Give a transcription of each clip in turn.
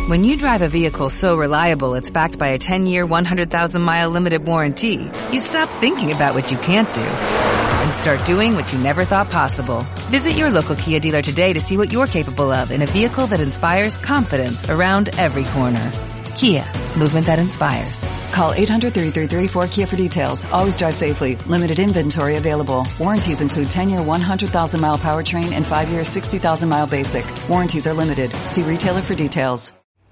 When you drive a vehicle so reliable it's backed by a 10-year, 100,000-mile limited warranty, you stop thinking about what you can't do and start doing what you never thought possible. Visit your local Kia dealer today to see what you're capable of in a vehicle that inspires confidence around every corner. Kia, movement that inspires. Call 800-3334-KIA for details. Always drive safely. Limited inventory available. Warranties include 10-year, 100,000-mile powertrain and 5-year, 60,000-mile basic. Warranties are limited. See retailer for details.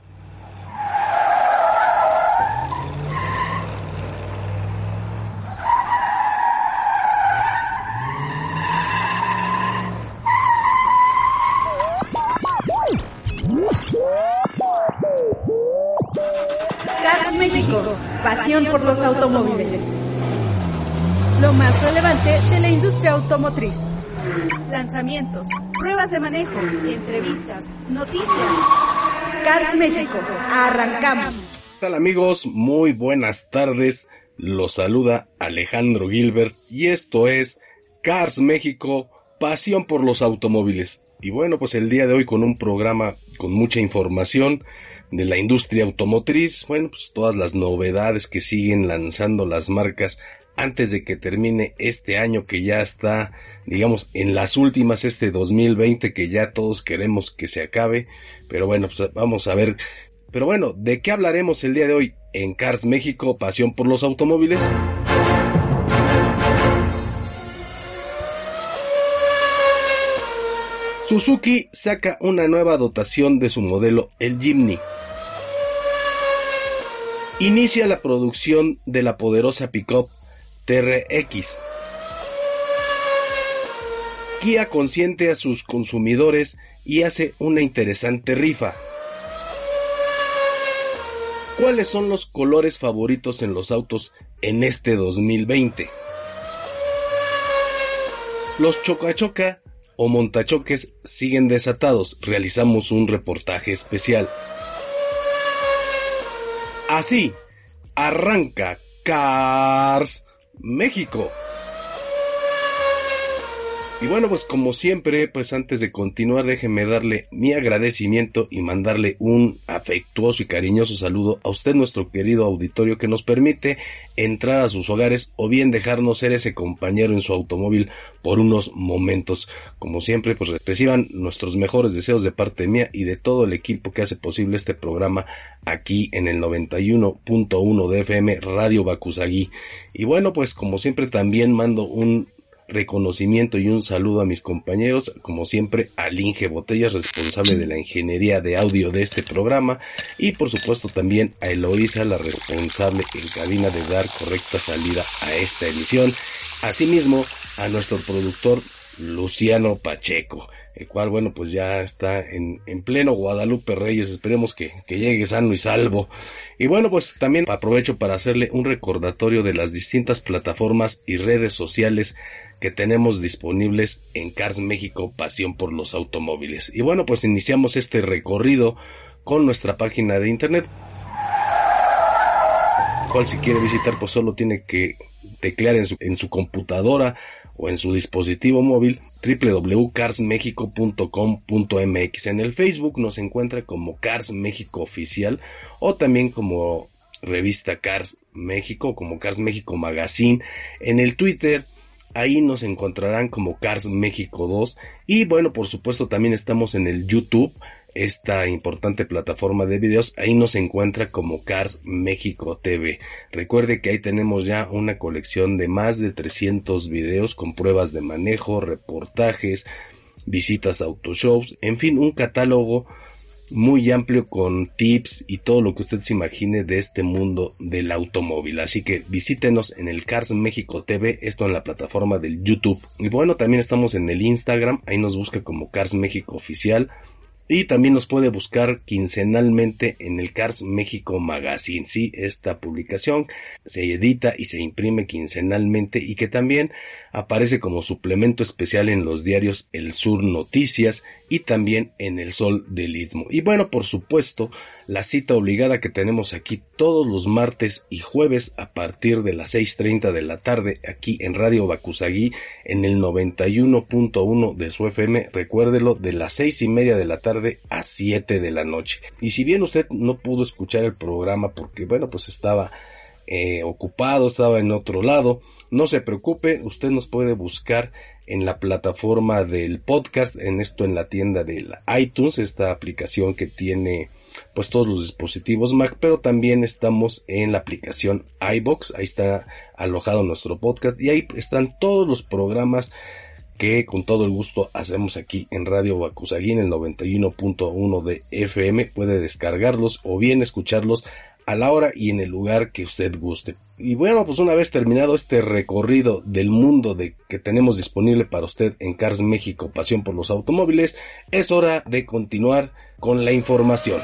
Cars México, pasión por los automóviles. Lo más relevante de la industria automotriz. Lanzamientos, pruebas de manejo, entrevistas, noticias. Cars México, arrancamos. ¿Qué tal, amigos? Muy buenas tardes. Los saluda Alejandro Gilbert y esto es Cars México, pasión por los automóviles. Y bueno, pues el día de hoy con un programa con mucha información de la industria automotriz, bueno, pues todas las novedades que siguen lanzando las marcas antes de que termine este año que ya está, digamos, en las últimas, este 2020 que ya todos queremos que se acabe, pero bueno, pues vamos a ver. Pero bueno, ¿de qué hablaremos el día de hoy en Cars México, pasión por los automóviles? Suzuki saca una nueva dotación de su modelo, el Jimny. Inicia la producción de la poderosa pickup TRX. Kia consiente a sus consumidores y hace una interesante rifa. ¿Cuáles son los colores favoritos en los autos en este 2020? Los choca-choca o montachoques siguen desatados. Realizamos un reportaje especial. Así arranca Cars México. Y bueno, pues como siempre, pues antes de continuar, déjeme darle mi agradecimiento y mandarle un afectuoso y cariñoso saludo a usted, nuestro querido auditorio, que nos permite entrar a sus hogares o bien dejarnos ser ese compañero en su automóvil por unos momentos. Como siempre, pues reciban nuestros mejores deseos de parte mía y de todo el equipo que hace posible este programa aquí en el 91.1 de FM Radio Bacusagui. Y bueno, pues como siempre también mando un reconocimiento y un saludo a mis compañeros, como siempre al Inge Botellas, responsable de la ingeniería de audio de este programa, y por supuesto también a Eloísa, la responsable en cabina de dar correcta salida a esta emisión. Asimismo a nuestro productor Luciano Pacheco, el cual, bueno, pues ya está en pleno Guadalupe Reyes. Esperemos que llegue sano y salvo. Y bueno, pues también aprovecho para hacerle un recordatorio de las distintas plataformas y redes sociales que tenemos disponibles en Cars México, pasión por los automóviles. Y bueno, pues iniciamos este recorrido con nuestra página de internet, cual si quiere visitar, pues solo tiene que teclear en su computadora o en su dispositivo móvil www.carsmexico.com.mx. En el Facebook nos encuentra como Cars México Oficial o también como revista Cars México, como Cars México Magazine. En el Twitter, ahí nos encontrarán como Cars México 2. Y bueno, por supuesto también estamos en el YouTube, esta importante plataforma de videos. Ahí nos encuentra como Cars México TV. Recuerde que ahí tenemos ya una colección de más de 300 videos con pruebas de manejo, reportajes, visitas a autoshows, en fin, un catálogo muy amplio con tips y todo lo que usted se imagine de este mundo del automóvil. Así que visítenos en el Cars México TV, esto en la plataforma del YouTube. Y bueno, también estamos en el Instagram, ahí nos busca como Cars México Oficial. Y también nos puede buscar quincenalmente en el Cars México Magazine. Sí, esta publicación se edita y se imprime quincenalmente y que también aparece como suplemento especial en los diarios El Sur Noticias y también en El Sol del Istmo. Y bueno, por supuesto, la cita obligada que tenemos aquí todos los martes y jueves a partir de las 6:30 de la tarde aquí en Radio Bacusagui en el 91.1 de su FM. Recuérdelo, de las 6:30 de la tarde tarde a 7 de la noche. Y si bien usted no pudo escuchar el programa porque, bueno, pues estaba ocupado, estaba en otro lado, no se preocupe, usted nos puede buscar en la plataforma del podcast, en la tienda de iTunes, esta aplicación que tiene pues todos los dispositivos Mac, pero también estamos en la aplicación iVoox, ahí está alojado nuestro podcast y ahí están todos los programas que con todo el gusto hacemos aquí en Radio Bacusaguín, el 91.1 de FM, puede descargarlos o bien escucharlos a la hora y en el lugar que usted guste. Y bueno, pues una vez terminado este recorrido del mundo que tenemos disponible para usted en Cars México, pasión por los automóviles, es hora de continuar con la información.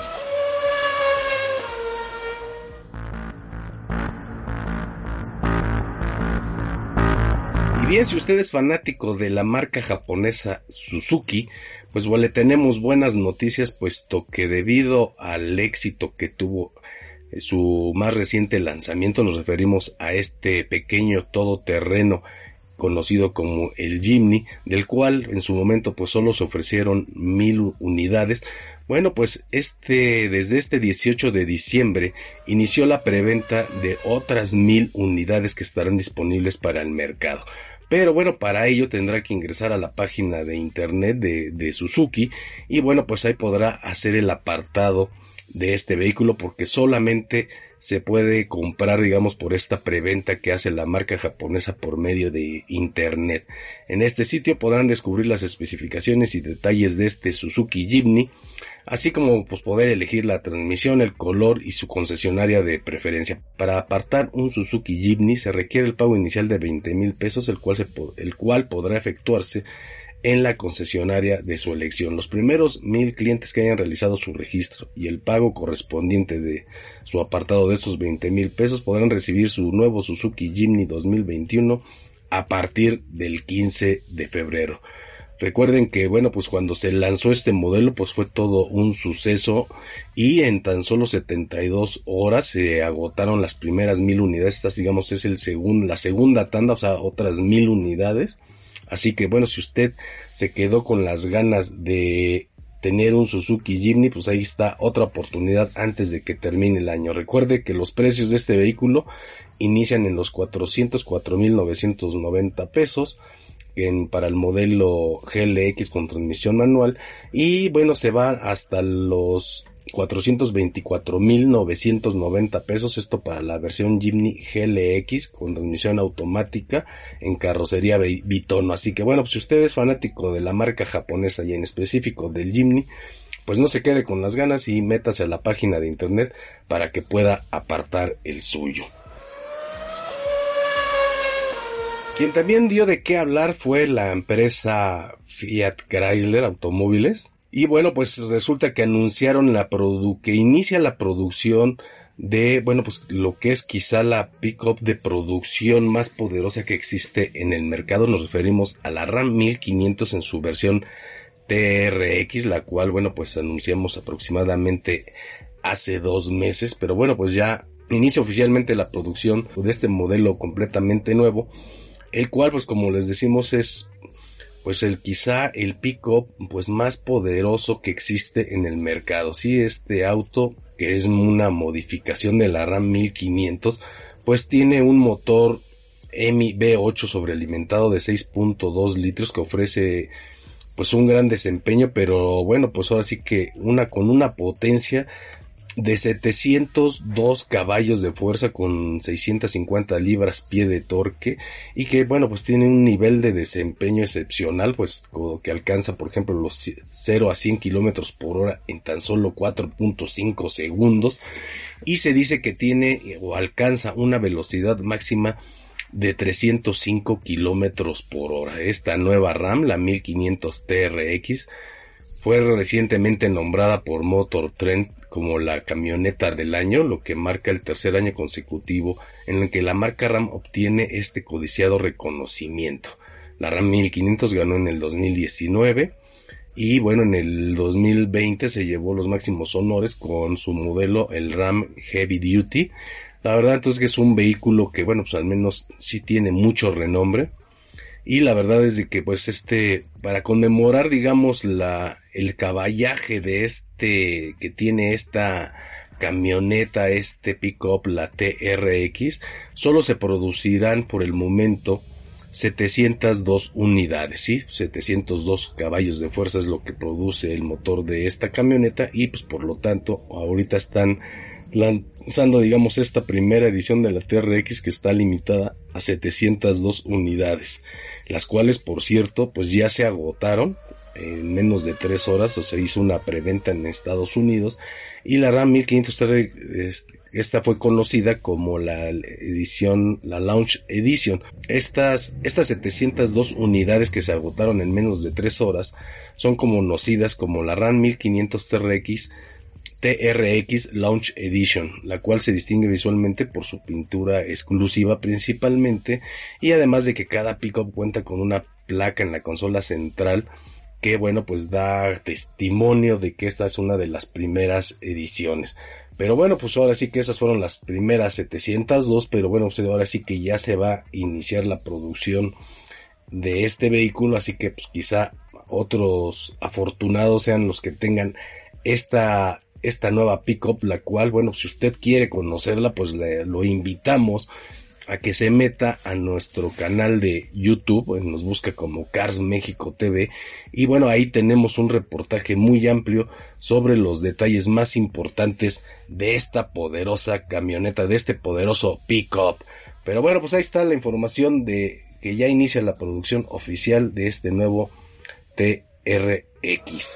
Y bien, si usted es fanático de la marca japonesa Suzuki, pues le tenemos buenas noticias, puesto que debido al éxito que tuvo su más reciente lanzamiento, nos referimos a este pequeño todoterreno conocido como el Jimny, del cual en su momento pues solo se ofrecieron 1,000 unidades. Bueno, pues desde este 18 de diciembre inició la preventa de otras 1,000 unidades que estarán disponibles para el mercado. Pero bueno, para ello tendrá que ingresar a la página de internet de Suzuki y bueno, pues ahí podrá hacer el apartado de este vehículo, porque solamente se puede comprar, digamos, por esta preventa que hace la marca japonesa por medio de internet. En este sitio podrán descubrir las especificaciones y detalles de este Suzuki Jimny, así como pues poder elegir la transmisión, el color y su concesionaria de preferencia. Para apartar un Suzuki Jimny se requiere el pago inicial de 20,000 pesos, el cual podrá efectuarse en la concesionaria de su elección. Los primeros 1,000 clientes que hayan realizado su registro y el pago correspondiente de su apartado de estos 20,000 pesos podrán recibir su nuevo Suzuki Jimny 2021 a partir del 15 de febrero. Recuerden que, bueno, pues cuando se lanzó este modelo, pues fue todo un suceso y en tan solo 72 horas se agotaron las primeras 1,000 unidades. Estas, digamos, es la segunda tanda, o sea, otras 1,000 unidades. Así que bueno, si usted se quedó con las ganas de tener un Suzuki Jimny, pues ahí está otra oportunidad antes de que termine el año. Recuerde que los precios de este vehículo inician en los 404,990 pesos para el modelo GLX con transmisión manual y bueno, se va hasta los 424,990 pesos, esto para la versión Jimny GLX con transmisión automática en carrocería bitono. Así que bueno, pues si usted es fanático de la marca japonesa y en específico del Jimny, pues no se quede con las ganas y métase a la página de internet para que pueda apartar el suyo. Quien también dio de qué hablar fue la empresa Fiat Chrysler Automóviles. Y bueno, pues resulta que anunciaron que inicia la producción de, bueno, pues lo que es quizá la pick-up de producción más poderosa que existe en el mercado. Nos referimos a la Ram 1500 en su versión TRX, la cual, bueno, pues anunciamos aproximadamente hace 2 meses. Pero bueno, pues ya inicia oficialmente la producción de este modelo completamente nuevo, el cual, pues como les decimos, es pues quizá el pick-up pues más poderoso que existe en el mercado. Sí, este auto, que es una modificación de la Ram 1500, pues tiene un motor Hemi V8 sobrealimentado de 6.2 litros que ofrece pues un gran desempeño, pero bueno, pues ahora sí que con una potencia de 702 caballos de fuerza con 650 libras-pie de torque y que bueno, pues tiene un nivel de desempeño excepcional, pues que alcanza por ejemplo los 0 a 100 kilómetros por hora en tan solo 4.5 segundos y se dice que tiene o alcanza una velocidad máxima de 305 kilómetros por hora. Esta nueva Ram, la 1500 TRX, fue recientemente nombrada por Motor Trend como la camioneta del año, lo que marca el tercer año consecutivo en el que la marca Ram obtiene este codiciado reconocimiento. La Ram 1500 ganó en el 2019 y bueno, en el 2020 se llevó los máximos honores con su modelo, el Ram Heavy Duty. La verdad entonces que es un vehículo que bueno, pues al menos sí tiene mucho renombre. Y la verdad es de que pues para conmemorar digamos el caballaje de que tiene esta camioneta, pick-up, la TRX, solo se producirán por el momento 702 unidades, ¿sí? 702 caballos de fuerza es lo que produce el motor de esta camioneta y pues por lo tanto ahorita están lanzando, digamos, esta primera edición de la TRX que está limitada a 702 unidades, las cuales por cierto pues ya se agotaron en menos de 3 horas, o se hizo una preventa en Estados Unidos, y la Ram 1500 TRX, esta fue conocida como la Launch Edition. Estas 702 unidades que se agotaron en menos de 3 horas son conocidas como la Ram 1500 TRX Launch Edition, la cual se distingue visualmente por su pintura exclusiva principalmente, y además de que cada pickup cuenta con una placa en la consola central que bueno pues da testimonio de que esta es una de las primeras ediciones. Pero bueno, pues ahora sí que esas fueron las primeras 702, pero bueno, pues ahora sí que ya se va a iniciar la producción de este vehículo, así que pues quizá otros afortunados sean los que tengan esta nueva pickup, la cual, bueno, si usted quiere conocerla, pues lo invitamos a que se meta a nuestro canal de YouTube, nos busca como Cars México TV, y bueno, ahí tenemos un reportaje muy amplio sobre los detalles más importantes de esta poderosa camioneta, de este poderoso pickup. Pero bueno, pues ahí está la información de que ya inicia la producción oficial de este nuevo TRX.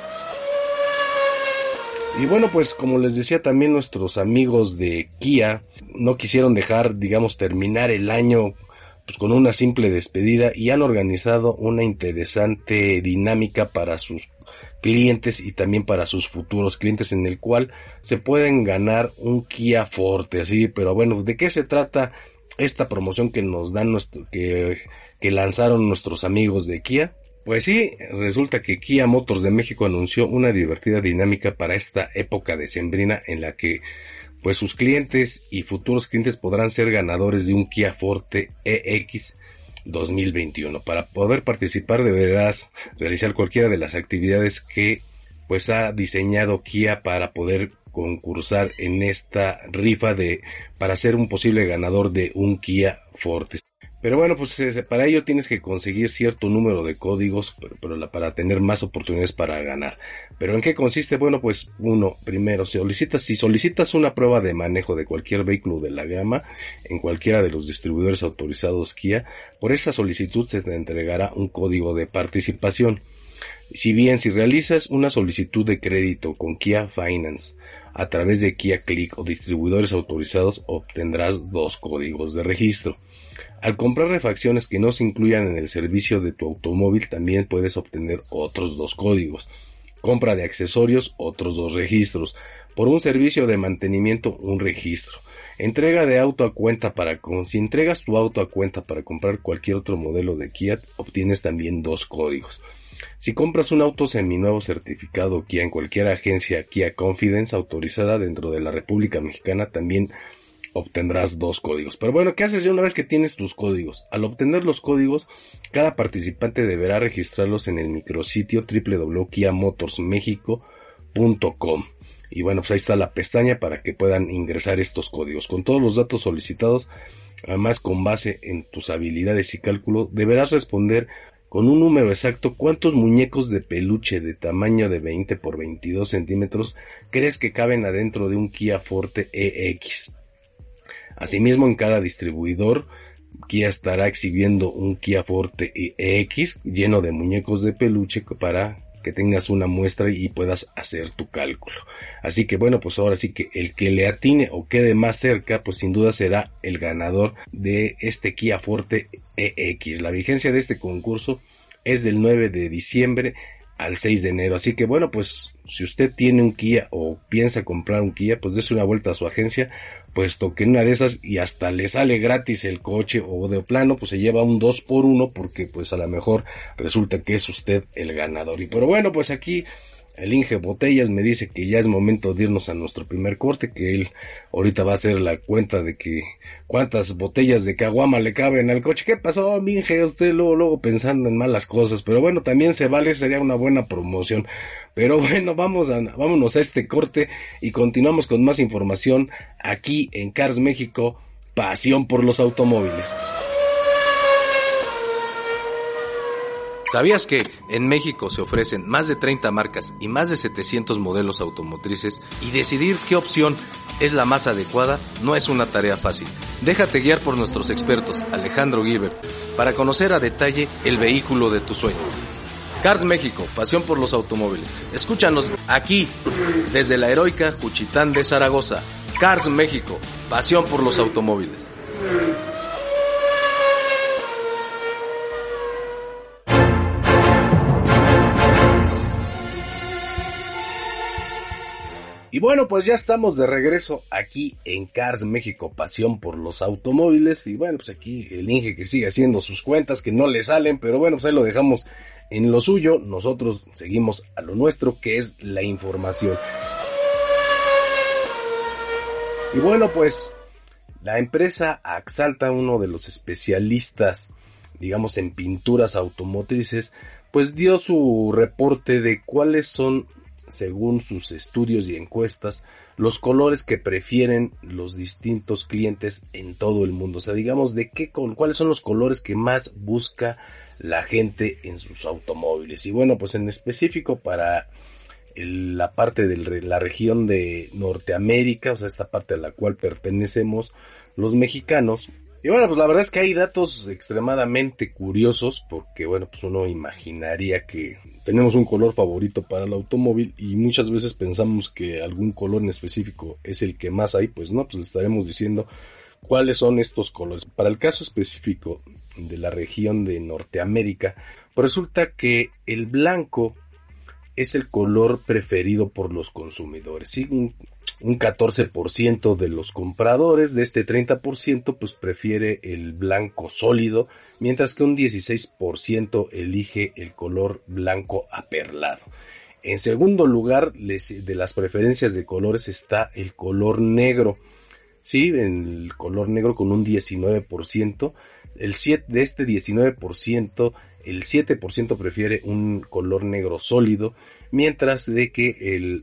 Y bueno, pues como les decía, también nuestros amigos de Kia no quisieron dejar, digamos, terminar el año pues con una simple despedida, y han organizado una interesante dinámica para sus clientes y también para sus futuros clientes, en el cual se pueden ganar un Kia Forte, así. Pero bueno, ¿de qué se trata esta promoción que nos dan que lanzaron nuestros amigos de Kia? Pues sí, resulta que Kia Motors de México anunció una divertida dinámica para esta época decembrina, en la que pues sus clientes y futuros clientes podrán ser ganadores de un Kia Forte EX 2021. Para poder participar deberás realizar cualquiera de las actividades que pues ha diseñado Kia para poder concursar en esta rifa para ser un posible ganador de un Kia Forte. Pero bueno, pues para ello tienes que conseguir cierto número de códigos para tener más oportunidades para ganar. ¿Pero en qué consiste? Bueno, pues primero, si solicitas una prueba de manejo de cualquier vehículo de la gama en cualquiera de los distribuidores autorizados Kia, por esa solicitud se te entregará un código de participación. Si realizas una solicitud de crédito con Kia Finance a través de Kia Click o distribuidores autorizados, obtendrás 2 códigos de registro. Al comprar refacciones que no se incluyan en el servicio de tu automóvil, también puedes obtener otros 2 códigos. Compra de accesorios, otros 2 registros. Por un servicio de mantenimiento, un registro. Entrega de auto a cuenta si entregas tu auto a cuenta para comprar cualquier otro modelo de Kia, obtienes también 2 códigos. Si compras un auto seminuevo certificado Kia en cualquier agencia Kia Confidence autorizada dentro de la República Mexicana, también obtendrás 2 códigos. Pero bueno, ¿qué haces ya una vez que tienes tus códigos? Al obtener los códigos, cada participante deberá registrarlos en el micrositio www.kiamotorsmexico.com. Y bueno, pues ahí está la pestaña para que puedan ingresar estos códigos. Con todos los datos solicitados, además con base en tus habilidades y cálculo, deberás responder con un número exacto cuántos muñecos de peluche de tamaño de 20 por 22 centímetros crees que caben adentro de un Kia Forte EX. Asimismo, en cada distribuidor, Kia estará exhibiendo un Kia Forte EX lleno de muñecos de peluche para que tengas una muestra y puedas hacer tu cálculo. Así que bueno, pues ahora sí que el que le atine o quede más cerca, pues sin duda será el ganador de este Kia Forte EX. La vigencia de este concurso es del 9 de diciembre al 6 de enero. Así que bueno, pues si usted tiene un Kia o piensa comprar un Kia, pues dése una vuelta a su agencia, puesto que en una de esas y hasta le sale gratis el coche, o de plano pues se lleva un 2x1 porque pues a lo mejor resulta que es usted el ganador. Y pero bueno, pues aquí el Inge Botellas me dice que ya es momento de irnos a nuestro primer corte, que él ahorita va a hacer la cuenta de que cuántas botellas de caguama le caben al coche. ¿Qué pasó, mi Inge? Usted luego pensando en malas cosas, pero bueno, también se vale, sería una buena promoción. Pero bueno, vámonos a este corte y continuamos con más información aquí en Cars México, pasión por los automóviles. ¿Sabías que en México se ofrecen más de 30 marcas y más de 700 modelos automotrices y decidir qué opción es la más adecuada no es una tarea fácil? Déjate guiar por nuestros expertos Alejandro Gilbert para conocer a detalle el vehículo de tu sueño. Cars México, pasión por los automóviles. Escúchanos aquí desde la heroica Juchitán de Zaragoza. Cars México, pasión por los automóviles. Y bueno, pues ya estamos de regreso aquí en Cars México, pasión por los automóviles. Y bueno, pues aquí el Inge que sigue haciendo sus cuentas que no le salen, pero bueno, pues ahí lo dejamos en lo suyo. Nosotros seguimos a lo nuestro, que es la información. Y bueno, pues la empresa Axalta, uno de los especialistas, digamos, en pinturas automotrices, pues dio su reporte de cuáles son, según sus estudios y encuestas, los colores que prefieren los distintos clientes en todo el mundo. O sea, digamos, cuáles son los colores que más busca la gente en sus automóviles. Y bueno, pues en específico para la parte de la región de Norteamérica, o sea, esta parte a la cual pertenecemos los mexicanos. Y bueno, pues la verdad es que hay datos extremadamente curiosos, porque bueno, pues uno imaginaría que tenemos un color favorito para el automóvil y muchas veces pensamos que algún color en específico es el que más hay. Pues no, pues les estaremos diciendo cuáles son estos colores. Para el caso específico de la región de Norteamérica, pues resulta que el blanco es el color preferido por los consumidores, ¿sí? Un 14% de los compradores de este 30% pues prefiere el blanco sólido, mientras que un 16% elige el color blanco aperlado. En segundo lugar, de las preferencias de colores está el color negro. Sí, el color negro con un 19%. De este 19%, el 7% prefiere un color negro sólido, mientras de que el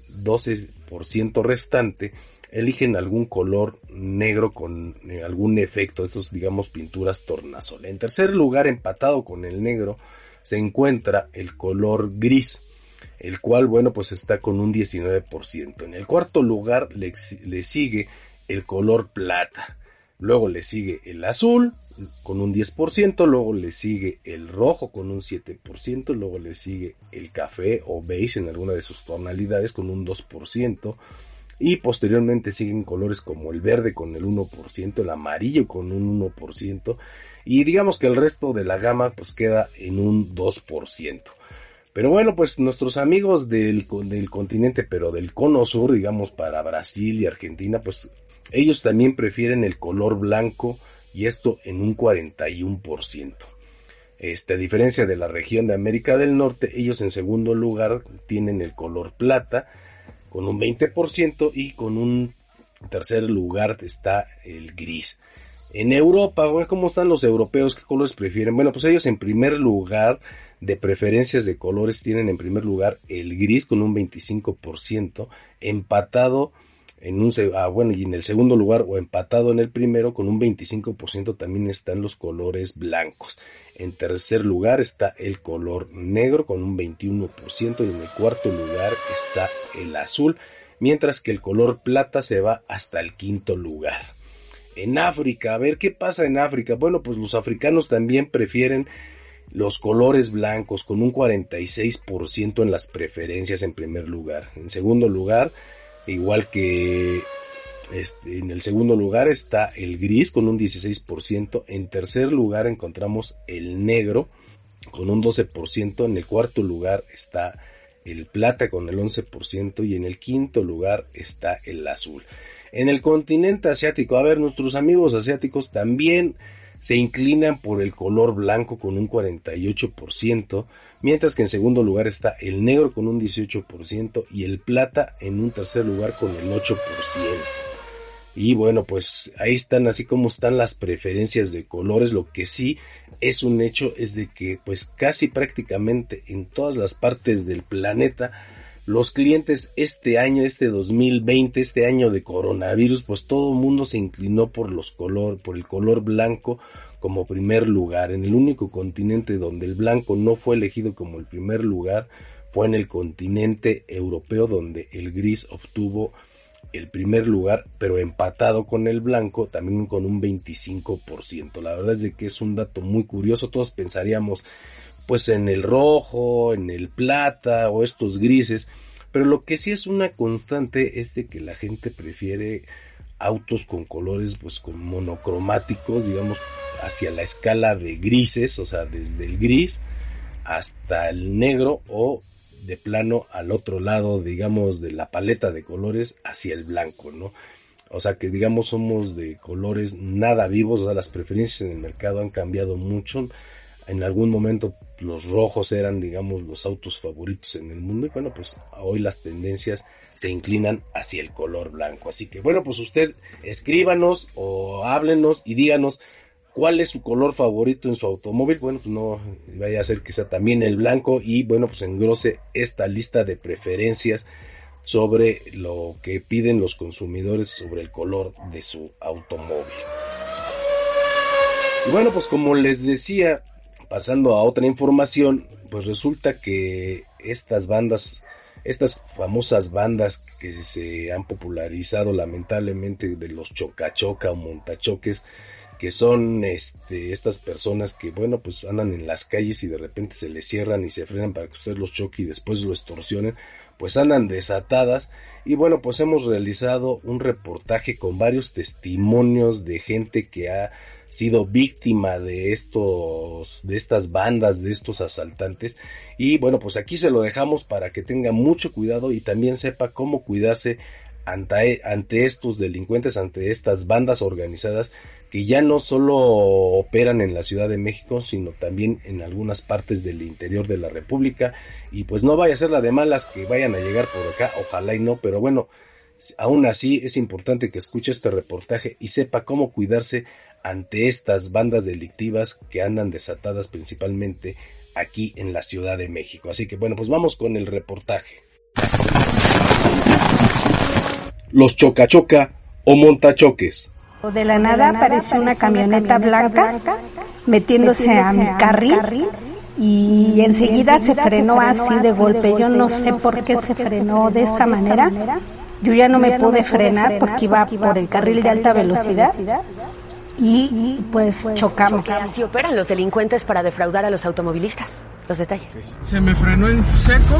12% restante eligen algún color negro con algún efecto, estos digamos pinturas tornasol. En tercer lugar, empatado con el negro, se encuentra el color gris, el cual, bueno, pues está con un 19%. En el cuarto lugar le sigue el color plata, luego le sigue el azul con un 10%, luego le sigue el rojo con un 7%, luego le sigue el café o beige en alguna de sus tonalidades con un 2%, y posteriormente siguen colores como el verde con el 1%, el amarillo con un 1%, y digamos que el resto de la gama pues queda en un 2%. Pero bueno, pues nuestros amigos del continente, pero del cono sur, digamos para Brasil y Argentina, pues ellos también prefieren el color blanco, y esto en un 41%. A diferencia de la región de América del Norte, ellos en segundo lugar tienen el color plata con un 20%, y con un tercer lugar está el gris. En Europa, bueno, ¿cómo están los europeos? ¿Qué colores prefieren? Bueno, pues ellos en primer lugar de preferencias de colores tienen en primer lugar el gris con un 25%, empatado y en el segundo lugar o empatado en el primero con un 25% también están los colores blancos. En tercer lugar está el color negro con un 21%, y en el cuarto lugar está el azul, mientras que el color plata se va hasta el quinto lugar. En África, a ver qué pasa en África. Bueno, pues los africanos también prefieren los colores blancos con un 46% en las preferencias en primer lugar. En segundo lugar, igual que en el segundo lugar está el gris con un 16%. En tercer lugar encontramos el negro con un 12%. En el cuarto lugar está el plata con el 11%. Y en el quinto lugar está el azul. En el continente asiático, a ver, nuestros amigos asiáticos también se inclinan por el color blanco con un 48%, mientras que en segundo lugar está el negro con un 18% y el plata en un tercer lugar con el 8%. Y bueno, pues ahí están, así como están las preferencias de colores. Lo que sí es un hecho es de que pues casi prácticamente en todas las partes del planeta los clientes este año, este 2020, este año de coronavirus, pues todo el mundo se inclinó por el color blanco como primer lugar. En el único continente donde el blanco no fue elegido como el primer lugar fue en el continente europeo, donde el gris obtuvo el primer lugar, pero empatado con el blanco, también con un 25%. La verdad es de que es un dato muy curioso. Todos pensaríamos pues en el rojo, en el plata o estos grises, pero lo que sí es una constante es de que la gente prefiere autos con colores pues con monocromáticos, digamos hacia la escala de grises, o sea desde el gris hasta el negro, o de plano al otro lado, digamos, de la paleta de colores hacia el blanco, ¿no? O sea que digamos somos de colores nada vivos, o sea las preferencias en el mercado han cambiado mucho. En algún momento los rojos eran, digamos, los autos favoritos en el mundo, y bueno, pues hoy las tendencias se inclinan hacia el color blanco. Así que bueno, pues usted escríbanos o háblenos y díganos cuál es su color favorito en su automóvil. Bueno, pues no vaya a ser que sea también el blanco, y bueno, pues engrose esta lista de preferencias sobre lo que piden los consumidores sobre el color de su automóvil. Y bueno, pues como les decía, pasando a otra información, pues resulta que estas famosas bandas que se han popularizado lamentablemente, de los chocachoca o montachoques, que son estas personas que bueno pues andan en las calles y de repente se les cierran y se frenan para que usted los choque y después lo extorsionen, pues andan desatadas. Y bueno, pues hemos realizado un reportaje con varios testimonios de gente que ha sido víctima de estas bandas, de estos asaltantes, y bueno, pues aquí se lo dejamos para que tenga mucho cuidado y también sepa cómo cuidarse ante estos delincuentes, ante estas bandas organizadas que ya no solo operan en la Ciudad de México, sino también en algunas partes del interior de la República. Y pues no vaya a ser la de malas que vayan a llegar por acá, ojalá y no, pero bueno, aún así es importante que escuche este reportaje y sepa cómo cuidarse ante estas bandas delictivas que andan desatadas principalmente aquí en la Ciudad de México. Así que bueno, pues vamos con el reportaje. Los chocachoca o montachoques. De la nada apareció una camioneta blanca metiéndose a mi carril y enseguida se frenó así de golpe. Yo no sé por qué se frenó de esa manera. Yo ya no me pude frenar porque iba por el carril de alta velocidad y pues chocamos. Así operan los delincuentes para defraudar a los automovilistas. Los detalles. Se me frenó en seco.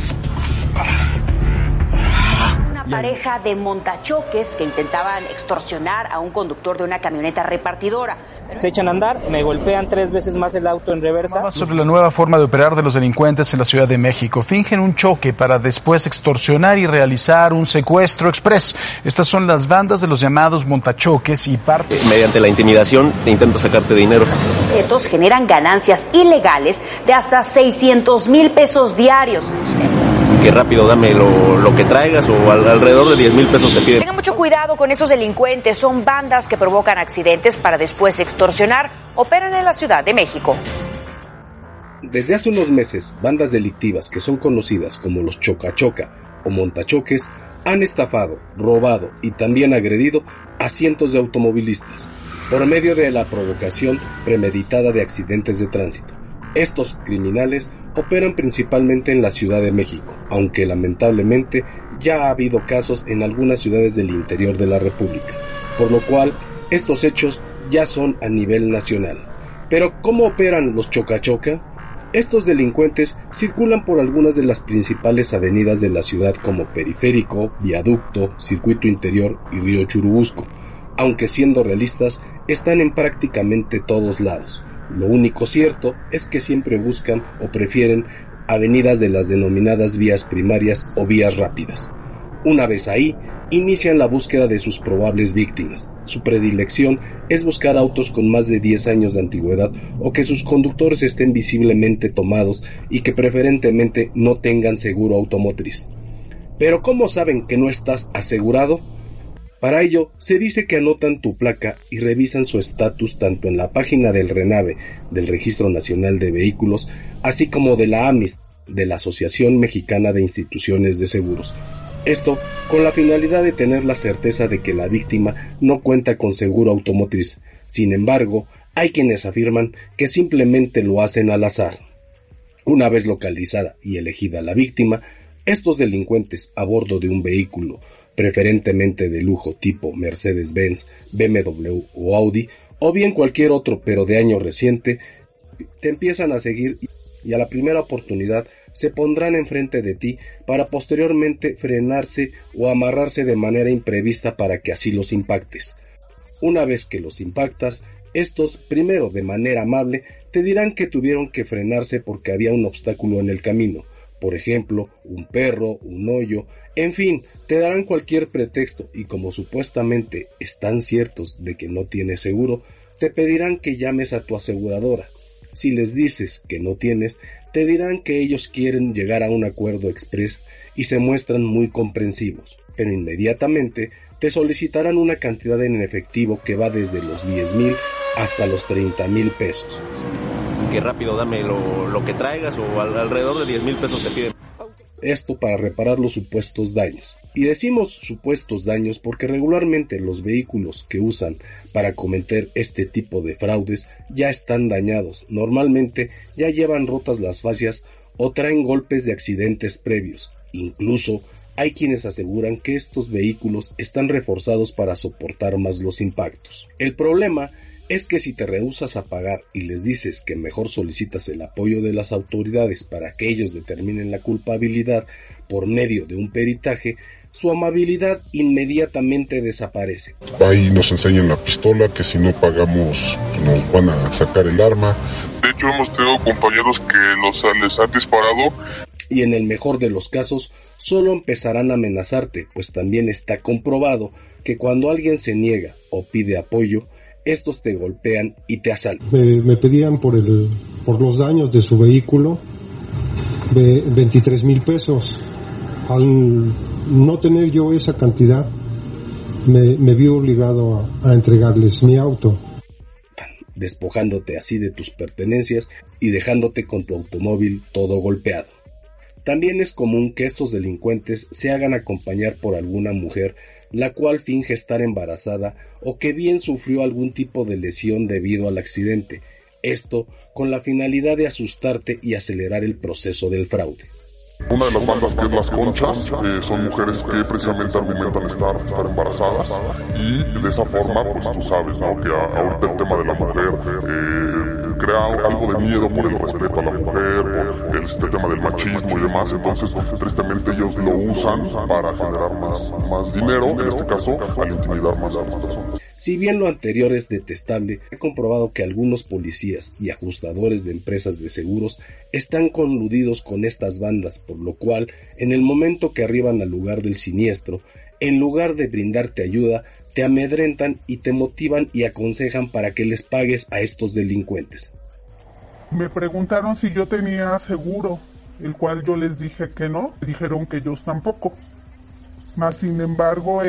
Pareja de montachoques que intentaban extorsionar a un conductor de una camioneta repartidora. Se echan a andar, me golpean 3 veces más el auto en reversa. Sobre la nueva forma de operar de los delincuentes en la Ciudad de México. Fingen un choque para después extorsionar y realizar un secuestro express. Estas son las bandas de los llamados montachoques y parte... Mediante la intimidación intenta sacarte dinero. Estos generan ganancias ilegales de hasta 600,000 pesos diarios. Que rápido dame lo que traigas, o alrededor de 10,000 pesos te piden. Tengan mucho cuidado con estos delincuentes, son bandas que provocan accidentes para después extorsionar. Operan en la Ciudad de México. Desde hace unos meses, bandas delictivas que son conocidas como los chocachoca o montachoques han estafado, robado y también agredido a cientos de automovilistas por medio de la provocación premeditada de accidentes de tránsito. Estos criminales operan principalmente en la Ciudad de México, aunque lamentablemente ya ha habido casos en algunas ciudades del interior de la República, por lo cual estos hechos ya son a nivel nacional. Pero ¿cómo operan los chocachoca? Estos delincuentes circulan por algunas de las principales avenidas de la ciudad como Periférico, Viaducto, Circuito Interior y Río Churubusco, aunque siendo realistas están en prácticamente todos lados. Lo único cierto es que siempre buscan o prefieren avenidas de las denominadas vías primarias o vías rápidas. Una vez ahí, inician la búsqueda de sus probables víctimas. Su predilección es buscar autos con más de 10 años de antigüedad o que sus conductores estén visiblemente tomados y que preferentemente no tengan seguro automotriz. ¿Pero cómo saben que no estás asegurado? Para ello, se dice que anotan tu placa y revisan su estatus tanto en la página del RENAVE, del Registro Nacional de Vehículos, así como de la AMIS, de la Asociación Mexicana de Instituciones de Seguros. Esto con la finalidad de tener la certeza de que la víctima no cuenta con seguro automotriz. Sin embargo, hay quienes afirman que simplemente lo hacen al azar. Una vez localizada y elegida la víctima, estos delincuentes a bordo de un vehículo, preferentemente de lujo tipo Mercedes-Benz, BMW o Audi, o bien cualquier otro pero de año reciente, te empiezan a seguir y a la primera oportunidad se pondrán enfrente de ti para posteriormente frenarse o amarrarse de manera imprevista para que así los impactes. Una vez que los impactas, estos, primero de manera amable, te dirán que tuvieron que frenarse porque había un obstáculo en el camino, por ejemplo, un perro, un hoyo, en fin, te darán cualquier pretexto y como supuestamente están ciertos de que no tienes seguro, te pedirán que llames a tu aseguradora. Si les dices que no tienes, te dirán que ellos quieren llegar a un acuerdo express y se muestran muy comprensivos, pero inmediatamente te solicitarán una cantidad en efectivo que va desde los 10,000 hasta los 30,000 pesos. Que rápido dame lo que traigas o alrededor de 10,000 pesos te piden. Esto para reparar los supuestos daños. Y decimos supuestos daños porque regularmente los vehículos que usan para cometer este tipo de fraudes ya están dañados. Normalmente ya llevan rotas las fascias o traen golpes de accidentes previos. Incluso hay quienes aseguran que estos vehículos están reforzados para soportar más los impactos. El problema es que si te rehusas a pagar y les dices que mejor solicitas el apoyo de las autoridades para que ellos determinen la culpabilidad por medio de un peritaje, su amabilidad inmediatamente desaparece. Ahí nos enseñan la pistola, que si no pagamos nos van a sacar el arma. De hecho hemos tenido compañeros que les han disparado. Y en el mejor de los casos, solo empezarán a amenazarte, pues también está comprobado que cuando alguien se niega o pide apoyo, estos te golpean y te asaltan. Me pedían por los daños de su vehículo 23,000 pesos. Al no tener yo esa cantidad, me vi obligado a entregarles mi auto. Despojándote así de tus pertenencias y dejándote con tu automóvil todo golpeado. También es común que estos delincuentes se hagan acompañar por alguna mujer la cual finge estar embarazada o que bien sufrió algún tipo de lesión debido al accidente, esto con la finalidad de asustarte y acelerar el proceso del fraude. Una de las bandas, que es Las Conchas, son mujeres que precisamente argumentan estar embarazadas y de esa forma, pues tú sabes, ¿no? Que ahorita el tema de la mujer crea algo de miedo por el respeto a la mujer, por este tema del machismo y demás. Entonces, tristemente ellos lo usan para generar más dinero, en este caso, al intimidar más a las personas. Si bien lo anterior es detestable, he comprobado que algunos policías y ajustadores de empresas de seguros están coludidos con estas bandas, por lo cual, en el momento que arriban al lugar del siniestro, en lugar de brindarte ayuda, te amedrentan y te motivan y aconsejan para que les pagues a estos delincuentes. Me preguntaron si yo tenía seguro, el cual yo les dije que no, dijeron que ellos tampoco. Mas sin embargo,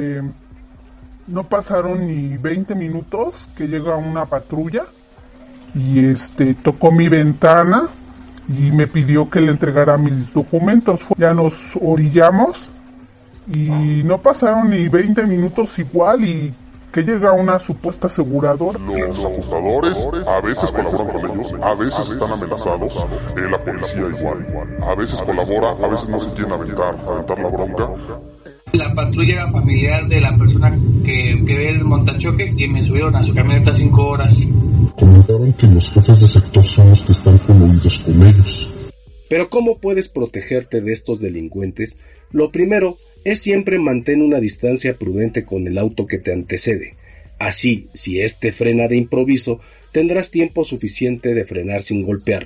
no pasaron ni 20 minutos que llega una patrulla y tocó mi ventana y me pidió que le entregara mis documentos. Ya nos orillamos y no pasaron ni 20 minutos igual y que llega una supuesta aseguradora. Los ajustadores a veces colaboran con ellos, a veces están amenazados, la policía igual. A veces colabora, a veces no se quieren aventar la bronca. La patrulla era familiar de la persona que ve el montachoque y me subieron a su camioneta 5 horas. Comentaron que los jefes de sector son los que están coludidos con ellos. Pero ¿cómo puedes protegerte de estos delincuentes? Lo primero es siempre mantener una distancia prudente con el auto que te antecede. Así, si este frena de improviso, tendrás tiempo suficiente de frenar sin golpearlo.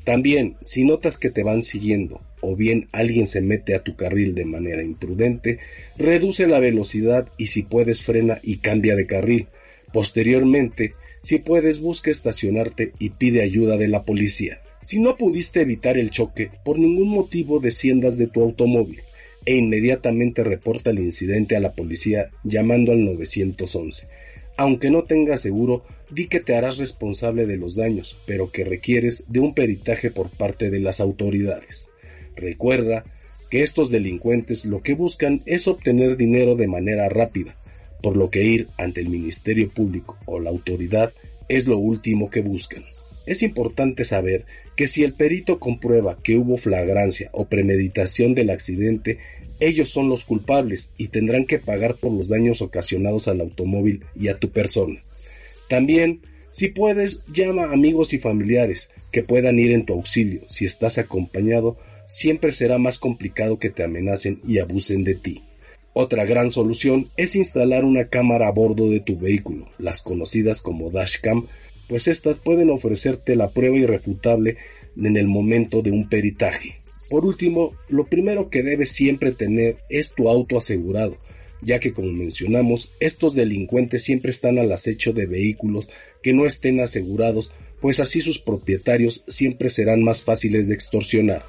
También, si notas que te van siguiendo o bien alguien se mete a tu carril de manera imprudente, reduce la velocidad y si puedes frena y cambia de carril. Posteriormente, si puedes busca estacionarte y pide ayuda de la policía. Si no pudiste evitar el choque, por ningún motivo desciendas de tu automóvil e inmediatamente reporta el incidente a la policía llamando al 911. Aunque no tengas seguro, di que te harás responsable de los daños, pero que requieres de un peritaje por parte de las autoridades. Recuerda que estos delincuentes lo que buscan es obtener dinero de manera rápida, por lo que ir ante el Ministerio Público o la autoridad es lo último que buscan. Es importante saber que si el perito comprueba que hubo flagrancia o premeditación del accidente, ellos son los culpables y tendrán que pagar por los daños ocasionados al automóvil y a tu persona. También, si puedes, llama a amigos y familiares que puedan ir en tu auxilio. Si estás acompañado, siempre será más complicado que te amenacen y abusen de ti. Otra gran solución es instalar una cámara a bordo de tu vehículo, las conocidas como dashcam, pues estas pueden ofrecerte la prueba irrefutable en el momento de un peritaje. Por último, lo primero que debes siempre tener es tu auto asegurado, ya que como mencionamos, estos delincuentes siempre están al acecho de vehículos que no estén asegurados, pues así sus propietarios siempre serán más fáciles de extorsionar.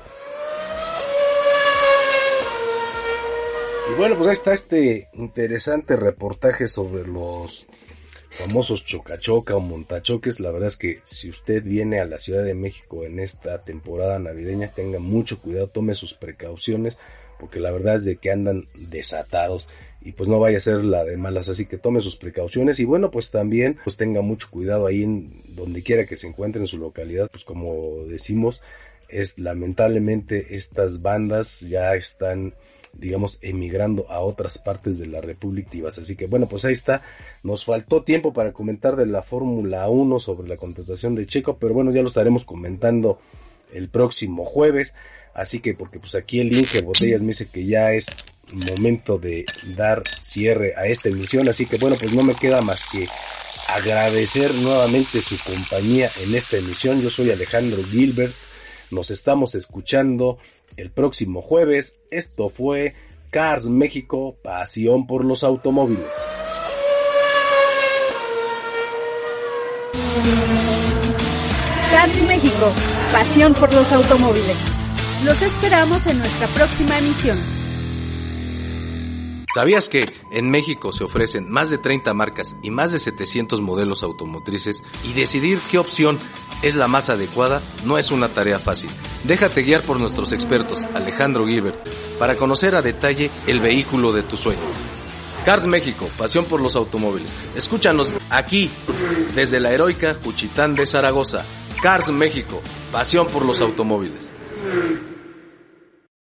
Y bueno, pues ahí está este interesante reportaje sobre los famosos chocachoca o montachoques. La verdad es que si usted viene a la Ciudad de México en esta temporada navideña, tenga mucho cuidado, tome sus precauciones, porque la verdad es de que andan desatados y pues no vaya a ser la de malas, así que tome sus precauciones y bueno, pues también pues tenga mucho cuidado ahí en donde quiera que se encuentre en su localidad, pues como decimos, lamentablemente estas bandas ya están, digamos, emigrando a otras partes de la República. Así que bueno, pues ahí está. Nos faltó tiempo para comentar de la Fórmula 1 sobre la contratación de Checo, pero bueno, ya lo estaremos comentando el próximo jueves. Así que porque pues aquí el Inge Botellas me dice que ya es momento de dar cierre a esta emisión. Así que bueno, pues no me queda más que agradecer nuevamente su compañía en esta emisión. Yo soy Alejandro Gilbert. Nos estamos escuchando el próximo jueves. Esto fue Cars México, pasión por los automóviles. Cars México, pasión por los automóviles. Los esperamos en nuestra próxima emisión. ¿Sabías que en México se ofrecen más de 30 marcas y más de 700 modelos automotrices y decidir qué opción es la más adecuada no es una tarea fácil? Déjate guiar por nuestros expertos Alejandro Gilbert para conocer a detalle el vehículo de tus sueños. Cars México, pasión por los automóviles. Escúchanos aquí desde la heroica Juchitán de Zaragoza. Cars México, pasión por los automóviles.